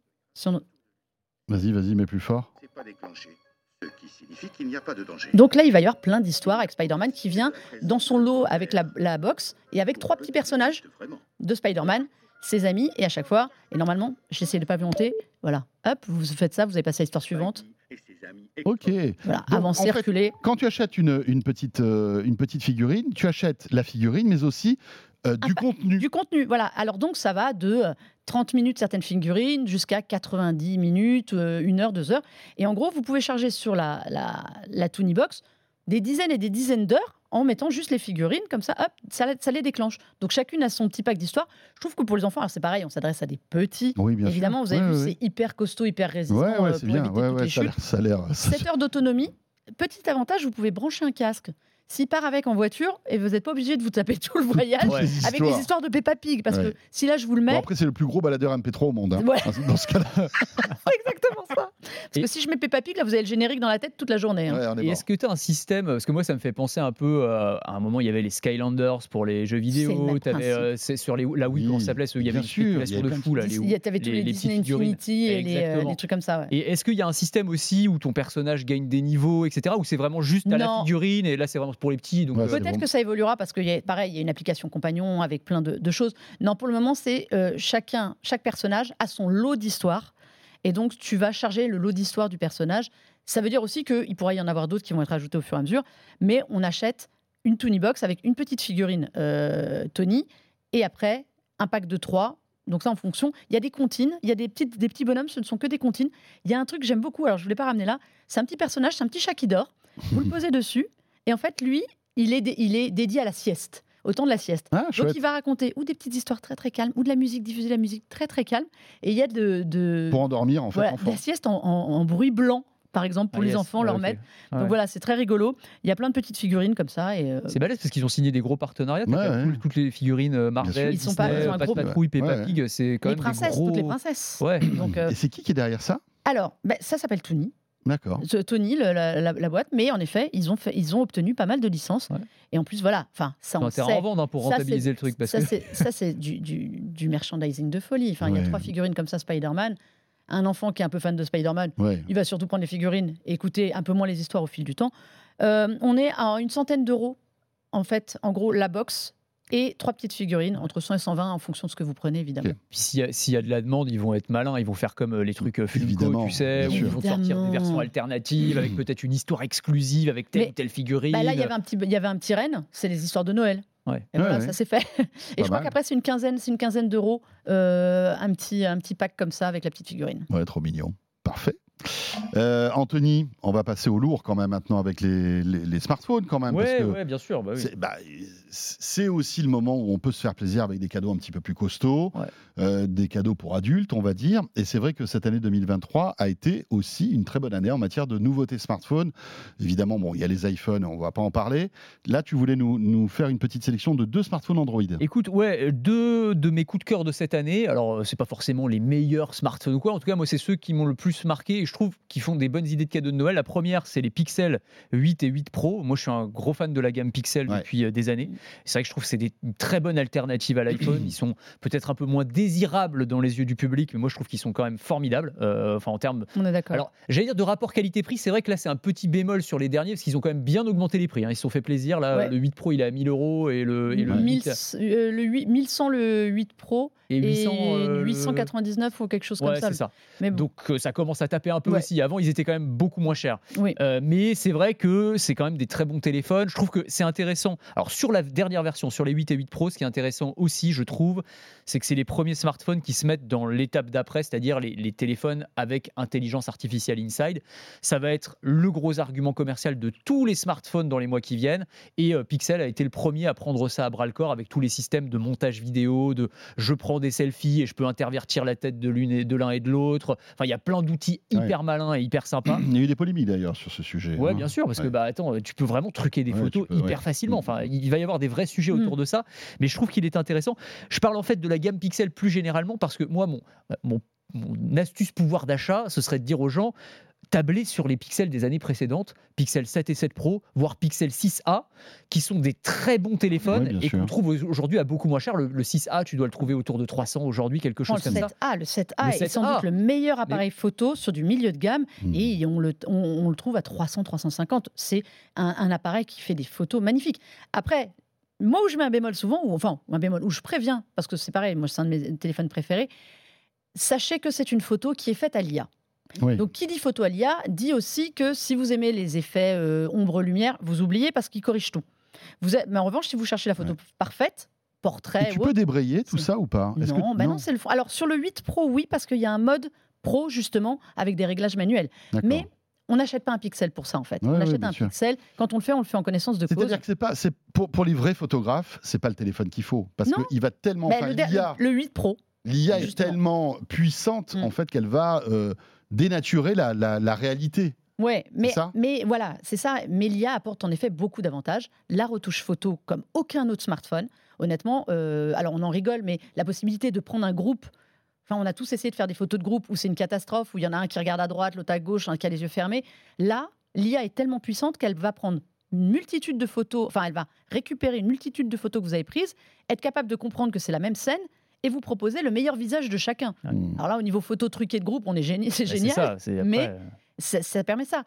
Vas-y, mais plus fort. C'est pas déclenché, ce qui signifie qu'il n'y a pas de danger. Donc là, il va y avoir plein d'histoires avec Spider-Man qui vient dans son lot avec la box et avec 3 petits personnages de Spider-Man, ses amis, et à chaque fois, et normalement, j'essaie de pas violenter, voilà, hop, vous faites ça, vous avez passé à l'histoire suivante, Ok. voilà, Donc, avancez, en fait, reculez. Quand tu achètes une petite figurine, tu achètes la figurine, mais aussi du contenu. Du contenu, voilà. Alors donc, ça va de 30 minutes certaines figurines jusqu'à 90 minutes, 1 heure, 2 heures. Et en gros, vous pouvez charger sur la Toonie Box des dizaines et des dizaines d'heures en mettant juste les figurines, comme ça, hop, ça les déclenche. Donc chacune a son petit pack d'histoire. Je trouve que pour les enfants, alors c'est pareil, on s'adresse à des petits. Oui, bien Évidemment, sûr. vous avez vu, Ouais. c'est hyper costaud, hyper résistant Ouais, c'est pour bien. éviter toutes les chutes. Ça a l'air. 7 heures d'autonomie. Petit avantage, vous pouvez brancher un casque. S'il part avec en voiture, et vous n'êtes pas obligé de vous taper tout le voyage Ouais. avec les histoires de Peppa Pig. Parce que si là, je vous le mets, Bon, après, c'est le plus gros baladeur MP3 au monde. Hein. Ouais. Dans ce cas-là. c'est exactement ça. Parce Et- que si je mets Peppa Pig, là, vous avez le générique dans la tête toute la journée. Hein. Ouais, on est Et mort. est-ce que tu as un système, parce que moi ça me fait penser un peu à un moment il y avait les Skylanders pour les jeux C'est le vidéo, même c'est sur la Wii, Oui, comment ça s'appelait, il y avait bien une sûr, spéculation il y de avait fou là, T'avais tous les Disney petites figurines. Infinity et Exactement. les trucs comme ça. Ouais. Et est-ce qu'il y a un système aussi où ton personnage gagne des niveaux, etc., ou c'est vraiment juste à la Non. figurine et là c'est vraiment pour les petits donc, Ouais, c'est Peut-être bon. que ça évoluera parce qu'il y a, pareil, il y a une application compagnon avec plein de choses. Non, pour le moment, c'est chaque personnage a son lot d'histoire. Et donc, tu vas charger le lot d'histoire du personnage. Ça veut dire aussi qu'il pourrait y en avoir d'autres qui vont être ajoutés au fur et à mesure. Mais on achète une Toonie Box avec une petite figurine Tony et après un pack de 3. Donc ça, en fonction, il y a des comptines, il y a des petits bonhommes, ce ne sont que des comptines. Il y a un truc que j'aime beaucoup, alors je ne voulais pas ramener là, c'est un petit personnage, c'est un petit chat qui dort. Vous le posez dessus et en fait, lui, il est dédié à la sieste, au temps de la sieste. Ah, Donc chouette. il va raconter ou des petites histoires très très calmes ou de la musique, diffuser de la musique très très calme. Et il y a Pour endormir, en fait, voilà, de l'enfant. la sieste en bruit blanc, par exemple, pour Ah, les yes. enfants, Ouais, leur ok. mettre. Ouais. Donc voilà, c'est très rigolo. Il y a plein de petites figurines comme ça. Et, C'est balèze parce qu'ils ont signé des gros partenariats. Ouais, T'as quand même ouais. toutes les figurines sûr. Marvel, Ils sont Disney, pas- ils ont un Pat gros- Patrouille, Peppa Ouais, ouais. Pig, c'est quand les même princesses, des gros... toutes les princesses. Ouais. Donc, Et c'est qui est derrière ça alors, ça s'appelle Toonie. D'accord. Tony, la boîte, mais en effet, ils ont obtenu pas mal de licences. Ouais. Et en plus, voilà, enfin, ça C'est on un terrain sait. à vendre hein, pour Ça, rentabiliser c'est- le truc. Parce ça, que... c'est du merchandising de folie. Enfin, il y a Ouais. 3 figurines comme ça, Spider-Man. Un enfant qui est un peu fan de Spider-Man, Ouais. il va surtout prendre les figurines et écouter un peu moins les histoires au fil du temps. On est à une centaine d'euros, en fait, en gros, la box et 3 petites figurines, entre 100 et 120 en fonction de ce que vous prenez, évidemment. Ok. Puis s'il y a de la demande, ils vont être malins, ils vont faire comme les trucs Funko, Évidemment, tu sais, bien où ils sûr. vont sortir des Évidemment. versions alternatives avec peut-être une histoire exclusive avec telle Mais, ou telle figurine. Bah là, il y avait un petit renne, c'est les histoires de Noël. Ouais. Et voilà, Ouais, ça c'est fait. Et Pas je crois mal. qu'après, c'est une quinzaine d'euros, un petit pack comme ça avec la petite figurine. Ouais, trop mignon. Parfait. Anthony, on va passer au lourd quand même maintenant avec les smartphones quand même. parce Ouais, que ouais, bien sûr. Bah oui. c'est aussi le moment où on peut se faire plaisir avec des cadeaux un petit peu plus costauds, Ouais. des cadeaux pour adultes, on va dire. Et c'est vrai que cette année 2023 a été aussi une très bonne année en matière de nouveautés smartphones. Évidemment, bon, il y a les iPhones, on ne va pas en parler. Là, tu voulais nous faire une petite sélection de 2 smartphones Android. Écoute, ouais, 2 de mes coups de cœur de cette année. Alors, c'est pas forcément les meilleurs smartphones ou quoi. En tout cas, moi, c'est ceux qui m'ont le plus marqué et je trouve qu'ils font des bonnes idées de cadeaux de Noël. La première, c'est les Pixel 8 et 8 Pro. Moi, je suis un gros fan de la gamme Pixel Ouais. depuis des années. C'est vrai que je trouve que c'est une très bonne alternative à l'iPhone. Ils sont peut-être un peu moins désirables dans les yeux du public, mais moi, je trouve qu'ils sont quand même formidables. Enfin, en termes. On est d'accord. Alors, j'allais dire de rapport qualité-prix, c'est vrai que là, c'est un petit bémol sur les derniers, parce qu'ils ont quand même bien augmenté les prix. Hein. Ils se sont fait plaisir. Là, Ouais. le 8 Pro, il est à 1000 € et le 8 1100 le 8 Pro et 800, et 899 ou quelque chose comme ouais, ça. c'est ça. Mais bon, Donc ça commence à taper un peu Ouais. aussi. Avant, ils étaient quand même beaucoup moins chers. oui. Mais c'est vrai que c'est quand même des très bons téléphones. Je trouve que c'est intéressant. Alors sur la dernière version, sur les 8 et 8 Pro, ce qui est intéressant aussi, je trouve, c'est que c'est les premiers smartphones qui se mettent dans l'étape d'après, c'est-à-dire les téléphones avec intelligence artificielle inside. Ça va être le gros argument commercial de tous les smartphones dans les mois qui viennent. Et Pixel a été le premier à prendre ça à bras-le-corps avec tous les systèmes de montage vidéo, de je prends des selfies et je peux intervertir la tête de l'un et de l'autre. Enfin, il y a plein d'outils hyper malins et hyper sympas. Il y a eu des polémiques d'ailleurs sur ce sujet. Ouais, hein. bien sûr, parce que Ouais. bah attends, tu peux vraiment truquer des Ouais, photos tu peux, hyper ouais. facilement. Enfin, il va y avoir des vrais sujets autour de ça, mais je trouve qu'il est intéressant. Je parle en fait de la gamme Pixel plus généralement parce que moi, mon mon astuce pouvoir d'achat, ce serait de dire aux gens, tablez sur les pixels des années précédentes, Pixel 7 et 7 Pro, voire Pixel 6a, qui sont des très bons téléphones Oui, bien et sûr. qu'on trouve aujourd'hui à beaucoup moins cher. Le 6a, tu dois le trouver autour de 300 aujourd'hui, quelque chose comme ça. Le 7A Le est sans 7A. doute le meilleur appareil photo sur du milieu de gamme Mmh. et on le trouve à 300, 350. C'est un appareil qui fait des photos magnifiques. Après, moi où je mets un bémol souvent, un bémol où je préviens, parce que c'est pareil, moi c'est un de mes téléphones préférés, sachez que c'est une photo qui est faite à l'IA. Oui. Donc, qui dit photo à l'IA dit aussi que si vous aimez les effets ombre-lumière, vous oubliez parce qu'il corrige tout. Mais en revanche, si vous cherchez la photo parfaite, portrait, Et tu ou peux autre, débrayer tout c'est- ça ou pas? Est-ce que- non, c'est le fond. Alors, sur le 8 Pro, oui, parce qu'il y a un mode Pro, justement, avec des réglages manuels. D'accord. Mais on n'achète pas un pixel pour ça, en fait. Ouais, on ouais, achète bien un sûr. pixel. Quand on le fait en connaissance de cause. C'est-à-dire que c'est pour les vrais photographes, c'est pas le téléphone qu'il faut parce Non. qu'il va tellement. Mais Enfin, le 8 Pro, l'IA est justement. tellement puissante en fait qu'elle va dénaturer la réalité. ouais, ça mais voilà, c'est ça. Mais l'IA apporte en effet beaucoup d'avantages. La retouche photo, comme aucun autre smartphone, honnêtement. Alors, on en rigole, mais la possibilité de prendre un groupe. Enfin, on a tous essayé de faire des photos de groupe où c'est une catastrophe, où il y en a un qui regarde à droite, l'autre à gauche, un qui a les yeux fermés. Là, l'IA est tellement puissante qu'elle va prendre une multitude de photos, enfin, elle va récupérer une multitude de photos que vous avez prises, être capable de comprendre que c'est la même scène et vous proposer le meilleur visage de chacun. Mmh. Alors là, au niveau photo truqué de groupe, c'est C'est génial. ça, c'est après, mais- Ça permet ça.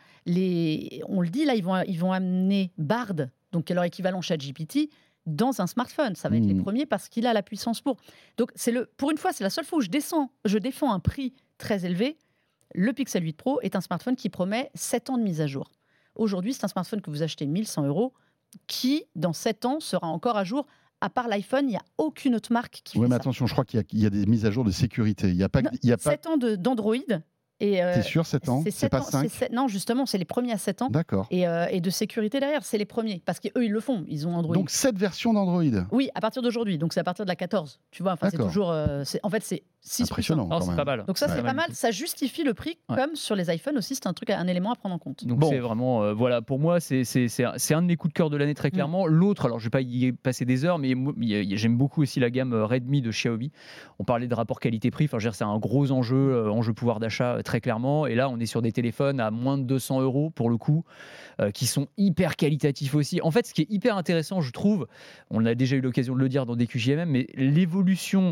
On le dit, là, ils vont amener Bard, donc leur équivalent ChatGPT, dans un smartphone. Ça va être les premiers parce qu'il a la puissance pour. Donc, pour une fois, c'est la seule fois où je défends un prix très élevé. Le Pixel 8 Pro est un smartphone qui promet 7 ans de mise à jour. Aujourd'hui, c'est un smartphone que vous achetez 1100 €, qui, dans 7 ans, sera encore à jour. À part l'iPhone, il n'y a aucune autre marque qui Oui, fait mais ça. attention, je crois qu'il y a des mises à jour de sécurité. Il y a pas. Non, Il y a pas. 7 ans d'Android. T'es sûr, 7 ans? C'est pas 5? Non, justement, c'est les premiers à 7 ans. D'accord. Et de sécurité derrière, c'est les premiers. Parce qu'eux, ils le font, ils ont Android. Donc 7 versions d'Android. Oui, à partir d'aujourd'hui, donc c'est à partir de la 14. Tu vois, enfin, c'est D'accord. toujours. En fait, c'est 6 Impressionnant. non, quand c'est même. pas mal. Donc ça, Ouais. c'est pas mal. Ça justifie le prix, Ouais. comme sur les iPhones aussi, c'est un élément à prendre en compte. Donc Bon. c'est vraiment, voilà, pour moi, c'est un de mes coups de cœur de l'année très clairement. L'autre, alors je vais pas y passer des heures, mais j'aime beaucoup aussi la gamme Redmi de Xiaomi. On parlait de rapport qualité-prix, enfin, je veux dire, c'est un gros enjeu pouvoir d'achat très clairement. Et là, on est sur des téléphones à moins de 200 € pour le coup, qui sont hyper qualitatifs aussi. En fait, ce qui est hyper intéressant, je trouve, on a déjà eu l'occasion de le dire dans des QJMM, mais l'évolution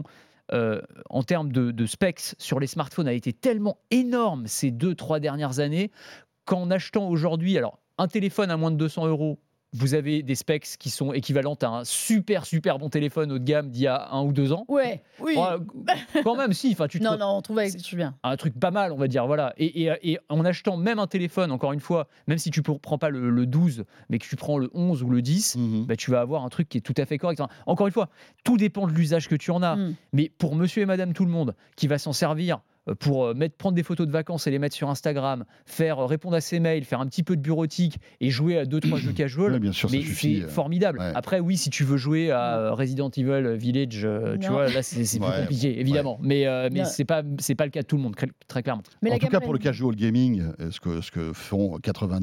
en termes de specs sur les smartphones a été tellement énorme ces 2-3 dernières années qu'en achetant aujourd'hui, alors un téléphone à moins de 200 €, vous avez des specs qui sont équivalentes à un super bon téléphone haut de gamme d'il y a 1 ou 2 ans. Ouais, oui. Quand même, si. Enfin, tu te Non, on trouve avec je suis bien. un truc pas mal, on va dire, voilà. Et en achetant même un téléphone, encore une fois, même si tu ne prends pas le 12, mais que tu prends le 11 ou le 10, Mhm. bah, tu vas avoir un truc qui est tout à fait correct. Enfin, encore une fois, tout dépend de l'usage que tu en as. Mais pour monsieur et madame tout le monde qui va s'en servir pour prendre des photos de vacances et les mettre sur Instagram, répondre à ses mails, faire un petit peu de bureautique et jouer à 2-3 jeux casual, Ouais, bien sûr, ça mais suffit. c'est formidable. ouais. Après, oui, si tu veux jouer à Resident Evil Village, tu Non. vois, là c'est plus Ouais, compliqué, évidemment. Mais Non. c'est pas le cas de tout le monde, très clairement. Mais En la tout gamme cas, pour le Redmi- casual gaming, ce que font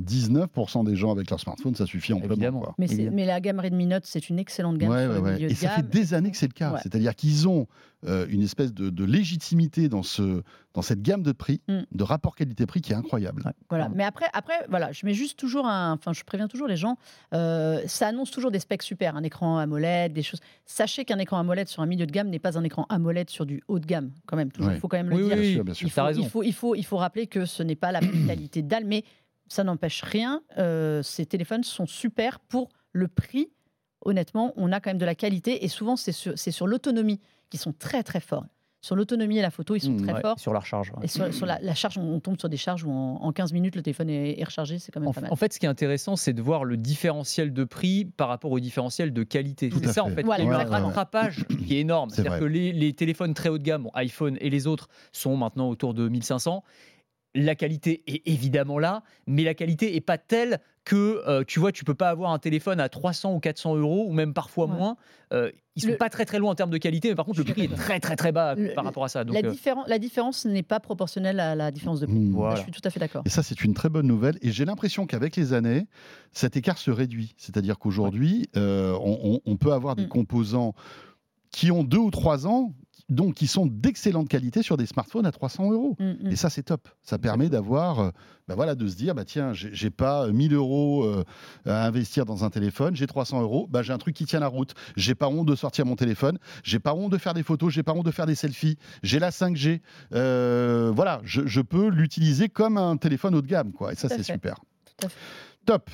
99% des gens avec leur smartphone, ça suffit amplement. Évidemment. Quoi. Évidemment. Mais la gamme Redmi Note, c'est une excellente gamme Ouais, sur ouais, le ouais. milieu Et de ça fait gamme. des années que c'est le cas. Ouais. C'est-à-dire qu'ils ont une espèce de légitimité dans cette gamme de prix, de rapport qualité-prix qui est incroyable. Ouais. Voilà. Pardon. Mais après, voilà, je mets juste toujours je préviens toujours les gens, ça annonce toujours des specs super, un écran AMOLED, des choses. Sachez qu'un écran AMOLED sur un milieu de gamme n'est pas un écran AMOLED sur du haut de gamme, quand même. Toujours, Ouais. il faut quand même le Oui, dire. oui, sûr, bien sûr. T'as raison. Il faut rappeler que ce n'est pas la qualité de dalle, mais ça n'empêche rien. Ces téléphones sont super pour le prix. Honnêtement, on a quand même de la qualité et souvent c'est sur l'autonomie qu'ils sont très très forts. Sur l'autonomie et la photo, ils sont très Ouais, forts. sur la recharge. Ouais. Et sur la charge, on tombe sur des charges où en 15 minutes le téléphone est rechargé, c'est quand même pas mal. En fait, ce qui est intéressant, c'est de voir le différentiel de prix par rapport au différentiel de qualité. Tout C'est à ça, fait. en fait. Voilà, Il y a eu un exactement. rattrapage qui est énorme. C'est C'est-à-dire vrai. que les téléphones très haut de gamme, bon, iPhone et les autres, sont maintenant autour de 1500. La qualité est évidemment là, mais la qualité n'est pas telle que, tu vois, tu peux pas avoir un téléphone à 300 ou 400 €, ou même parfois Ouais. moins. Ils sont pas très loin en termes de qualité, mais par contre, le Je suis prix est très bas Le- par rapport à ça. Donc, La différence n'est pas proportionnelle à la différence de prix. Mmh. Voilà. Je suis tout à fait d'accord. Et ça, c'est une très bonne nouvelle. Et j'ai l'impression qu'avec les années, cet écart se réduit. C'est-à-dire qu'aujourd'hui, on peut avoir des composants qui ont 2 ou 3 ans, donc qui sont d'excellente qualité sur des smartphones à 300 €. Et ça, c'est top. Ça permet d'avoir, de se dire, tiens, j'ai pas 1000 € à investir dans un téléphone, j'ai 300 €, j'ai un truc qui tient la route. J'ai pas honte de sortir mon téléphone, j'ai pas honte de faire des photos, j'ai pas honte de faire des selfies, j'ai la 5G. Je peux l'utiliser comme un téléphone haut de gamme, quoi. Et ça, c'est super. Tout à fait. Top.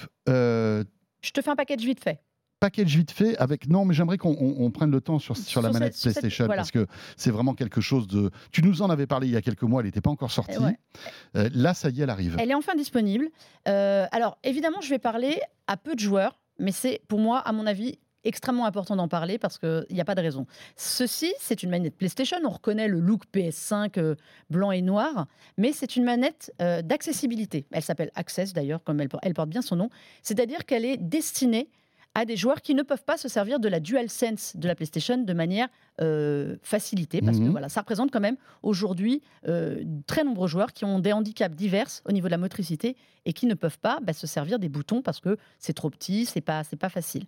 Je te fais un package vite fait. Package vite fait avec. Non, mais j'aimerais qu'on prenne le temps sur la manette PlayStation parce que c'est vraiment quelque chose de. Tu nous en avais parlé il y a quelques mois, elle n'était pas encore sortie. Là, ça y est, elle arrive. Elle est enfin disponible. Alors, évidemment, je vais parler à peu de joueurs, mais c'est pour moi, à mon avis, extrêmement important d'en parler parce qu'il n'y a pas de raison. Ceci, c'est une manette PlayStation. On reconnaît le look PS5 blanc et noir, mais c'est une manette d'accessibilité. Elle s'appelle Access d'ailleurs, comme elle porte bien son nom. C'est-à-dire qu'elle est destinée à des joueurs qui ne peuvent pas se servir de la DualSense de la PlayStation de manière facilitée, parce que ça représente quand même aujourd'hui très nombreux joueurs qui ont des handicaps divers au niveau de la motricité et qui ne peuvent pas se servir des boutons parce que c'est trop petit, c'est pas facile.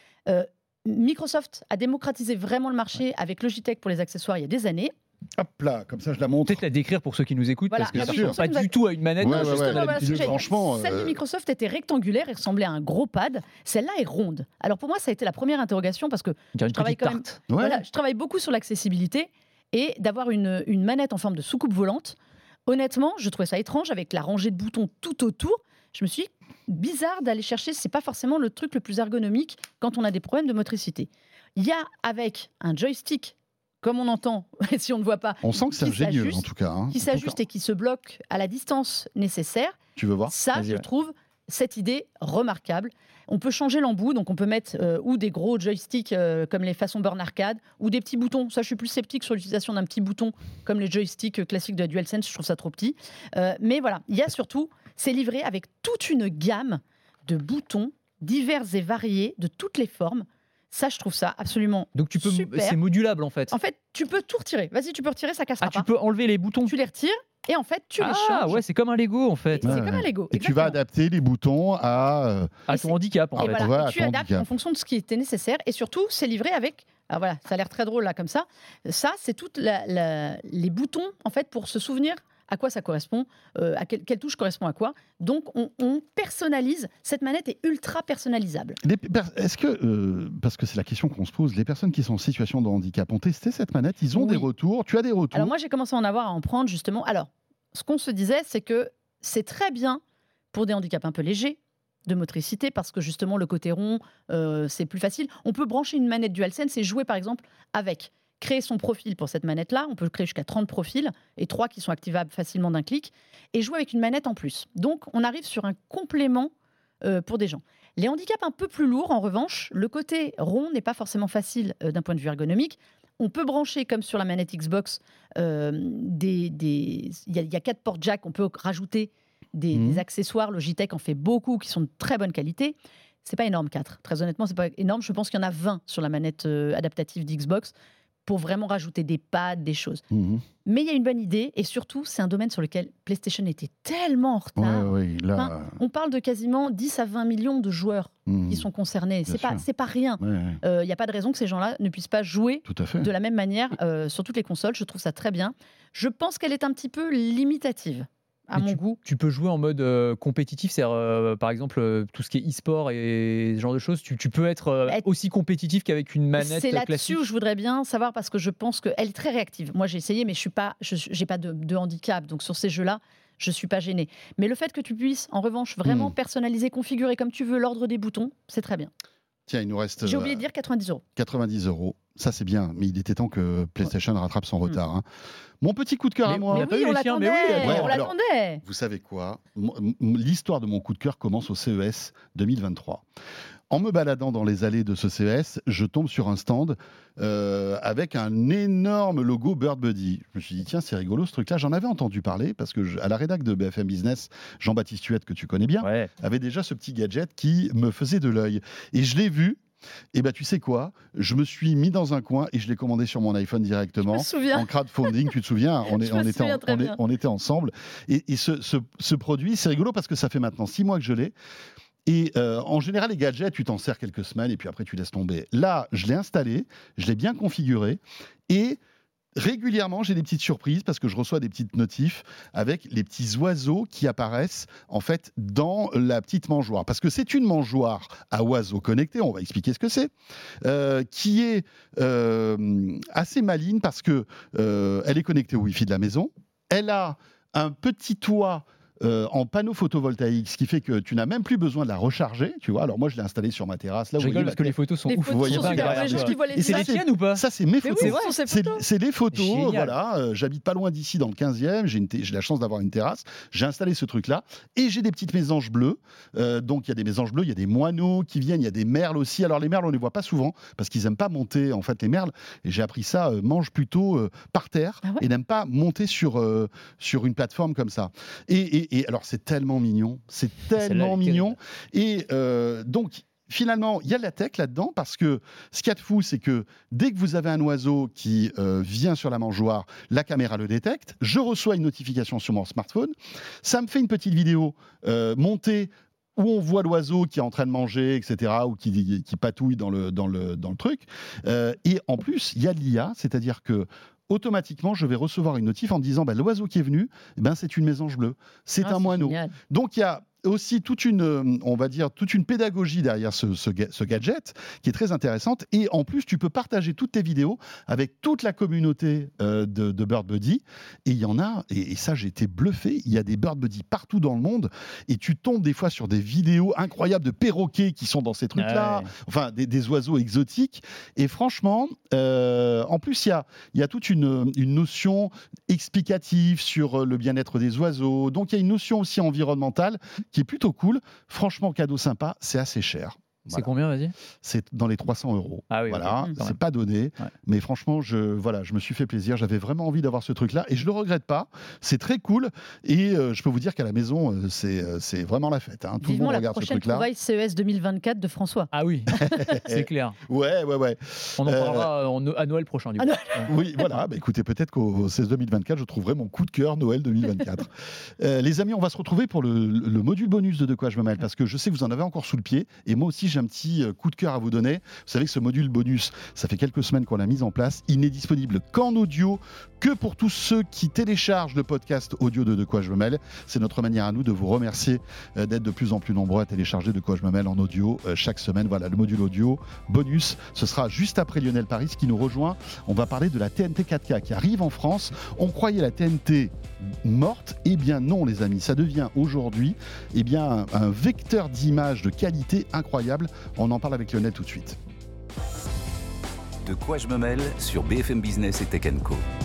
Microsoft a démocratisé vraiment le marché avec Logitech pour les accessoires il y a des années. Hop là, comme ça je la montre. Peut-être la décrire pour ceux qui nous écoutent, parce que ça ne ressemble pas du tout à une manette. Franchement, celle de Microsoft était rectangulaire et ressemblait à un gros pad. Celle-là est ronde. Alors pour moi, ça a été la première interrogation parce que je travaille quand même. Je travaille beaucoup sur l'accessibilité et d'avoir une manette en forme de soucoupe volante. Honnêtement, je trouvais ça étrange avec la rangée de boutons tout autour. Je me suis dit, bizarre d'aller chercher, c'est pas forcément le truc le plus ergonomique quand on a des problèmes de motricité. Il y a avec un joystick, comme on entend, si on ne voit pas, on sent que c'est ingénieux en tout cas. Qui s'ajuste et qui se bloque à la distance nécessaire. Tu veux voir ? Ça, je trouve cette idée remarquable. On peut changer l'embout, donc on peut mettre ou des gros joysticks comme les façons Burn Arcade, ou des petits boutons. Ça, je suis plus sceptique sur l'utilisation d'un petit bouton comme les joysticks classiques de la DualSense. Je trouve ça trop petit. Mais voilà, il y a surtout, c'est livré avec toute une gamme de boutons divers et variés, de toutes les formes. Ça, je trouve ça absolument donc tu peux, super. C'est modulable en fait. En fait, tu peux tout retirer. Vas-y, tu peux retirer, ça cassera pas. Tu peux enlever les boutons. Tu les retires et en fait, tu les changes. Ah ouais, c'est comme un Lego en fait. C'est comme un Lego. Et tu vas adapter les boutons à ton handicap en fait. Voilà, tu adaptes en fonction de ce qui était nécessaire et surtout, c'est livré avec. Alors voilà, ça a l'air très drôle là comme ça. Ça, c'est toutes les boutons en fait pour se souvenir à quoi ça correspond, à quelle touche correspond à quoi. Donc, on personnalise. Cette manette est ultra personnalisable. Est-ce que, parce que c'est la question qu'on se pose, les personnes qui sont en situation de handicap ont testé cette manette ? Ils ont des retours ? Tu as des retours ? Alors moi, j'ai commencé à en avoir, à en prendre justement. Alors, ce qu'on se disait, c'est que c'est très bien pour des handicaps un peu légers, de motricité, parce que justement, le côté rond, c'est plus facile. On peut brancher une manette DualSense et jouer, par exemple, avec... Créer son profil pour cette manette-là. On peut créer jusqu'à 30 profils et 3 qui sont activables facilement d'un clic et jouer avec une manette en plus. Donc, on arrive sur un complément pour des gens. Les handicaps un peu plus lourds, en revanche, le côté rond n'est pas forcément facile d'un point de vue ergonomique. On peut brancher, comme sur la manette Xbox, il y a 4 ports jack. On peut rajouter des accessoires. Logitech en fait beaucoup qui sont de très bonne qualité. C'est pas énorme, 4. Très honnêtement, c'est pas énorme. Je pense qu'il y en a 20 sur la manette adaptative d'Xbox, pour vraiment rajouter des pads, des choses. Mais il y a une bonne idée, et surtout, c'est un domaine sur lequel PlayStation était tellement en retard. On parle de quasiment 10 à 20 millions de joueurs qui sont concernés. C'est pas rien. Il n'y a pas de raison que ces gens-là ne puissent pas jouer de la même manière sur toutes les consoles. Je trouve ça très bien. Je pense qu'elle est un petit peu limitative. À mon goût. Tu peux jouer en mode compétitif, c'est-à-dire par exemple tout ce qui est e-sport et ce genre de choses, tu peux être aussi compétitif qu'avec une manette classique. C'est là-dessus où je voudrais bien savoir, parce que je pense qu'elle est très réactive. Moi j'ai essayé, mais je n'ai pas de handicap, donc sur ces jeux-là, je ne suis pas gênée. Mais le fait que tu puisses en revanche vraiment personnaliser, configurer comme tu veux l'ordre des boutons, c'est très bien. Tiens, il nous reste... J'ai oublié de dire 90 €. 90 €, ça c'est bien, mais il était temps que PlayStation rattrape son retard. Mon petit coup de cœur à moi... Mais oui, on l'attendait. Vous savez quoi ? L'histoire de mon coup de cœur commence au CES 2023. En me baladant dans les allées de ce CES, je tombe sur un stand avec un énorme logo Bird Buddy. Je me suis dit, tiens, c'est rigolo ce truc-là. J'en avais entendu parler parce que à la rédac de BFM Business, Jean-Baptiste Huette, que tu connais bien, avait déjà ce petit gadget qui me faisait de l'œil. Et je l'ai vu. Et tu sais quoi ? Je me suis mis dans un coin et je l'ai commandé sur mon iPhone directement. En crowdfunding, tu te souviens ? On était ensemble. Et ce produit, c'est rigolo parce que ça fait maintenant 6 mois que je l'ai. Et en général, les gadgets, tu t'en sers quelques semaines et puis après, tu laisses tomber. Là, je l'ai installé, je l'ai bien configuré et régulièrement, j'ai des petites surprises parce que je reçois des petites notifs avec les petits oiseaux qui apparaissent en fait dans la petite mangeoire. Parce que c'est une mangeoire à oiseaux connectés, on va expliquer ce que c'est, qui est assez maligne parce que elle est connectée au Wi-Fi de la maison. Elle a un petit toit en panneau photovoltaïque, ce qui fait que tu n'as même plus besoin de la recharger, tu vois. Alors moi, je l'ai installée sur ma terrasse. Là, Je rigole parce que les photos sont Les ouf. photos vous voyez sont pas, super, regarde, ouais, juste qu'ils voient les Et c'est les images. tiennes ou pas? Ça, c'est mes Mais photos. oui, ce sont ces photos. C'est des photos, Génial. voilà. J'habite pas loin d'ici, dans le 15e. J'ai la chance d'avoir une terrasse. J'ai installé ce truc-là. Et j'ai des petites mésanges bleues. Donc, il y a des mésanges bleus, il y a des moineaux qui viennent, il y a des merles aussi. Alors, les merles, on les voit pas souvent parce qu'ils aiment pas monter, en fait, les merles. Et j'ai appris ça, mangent plutôt par terre et n'aiment pas monter sur une plateforme comme ça. Et alors, c'est tellement mignon. C'est tellement mignon. Et donc, finalement, il y a de la tech là-dedans parce que ce qu'il y a de fou, c'est que dès que vous avez un oiseau qui vient sur la mangeoire, la caméra le détecte. Je reçois une notification sur mon smartphone. Ça me fait une petite vidéo montée où on voit l'oiseau qui est en train de manger, etc., ou qui patouille dans le truc. Et en plus, il y a de l'IA, c'est-à-dire que automatiquement, je vais recevoir une notif en me disant l'oiseau qui est venu, c'est une mésange bleue, c'est un moineau. Génial. Donc il y a aussi toute une pédagogie derrière ce gadget qui est très intéressante. Et en plus, tu peux partager toutes tes vidéos avec toute la communauté de Bird Buddy. Et il y en a, et ça, j'ai été bluffé, il y a des Bird Buddy partout dans le monde. Et tu tombes des fois sur des vidéos incroyables de perroquets qui sont dans ces trucs-là, enfin des oiseaux exotiques. Et franchement, en plus, il y a toute une notion explicative sur le bien-être des oiseaux. Donc, il y a une notion aussi environnementale qui est plutôt cool. Franchement, cadeau sympa, c'est assez cher. C'est combien, vas-y? C'est dans les 300 €. Ah oui, voilà, okay. C'est pas donné. Ouais. Mais franchement, je me suis fait plaisir. J'avais vraiment envie d'avoir ce truc-là et je le regrette pas. C'est très cool. Et je peux vous dire qu'à la maison, c'est vraiment la fête. Hein. Tout Vivement le monde la regarde ce prochaine truc-là. trouvaille CES 2024 de François. Ah oui, c'est clair. Ouais. On en parlera à Noël prochain, du coup. Oui, voilà. Écoutez, peut-être qu'au CES 2024, je trouverai mon coup de cœur Noël 2024. Les amis, on va se retrouver pour le module bonus de quoi je me mêle, parce que je sais que vous en avez encore sous le pied. Et moi aussi, j'ai un petit coup de cœur à vous donner. Vous savez que ce module bonus, ça fait quelques semaines qu'on l'a mis en place. Il n'est disponible qu'en audio, que pour tous ceux qui téléchargent le podcast audio de quoi je me mêle. C'est notre manière à nous de vous remercier d'être de plus en plus nombreux à télécharger de quoi je me mêle en audio chaque semaine. Voilà, le module audio bonus, ce sera juste après Lionel Paris qui nous rejoint. On va parler de la TNT 4K qui arrive en France. On croyait la TNT morte. Eh bien non, les amis, ça devient aujourd'hui un vecteur d'image de qualité incroyable. On en parle avec Lionel tout de suite. De quoi je me mêle sur BFM Business et Tech & Co.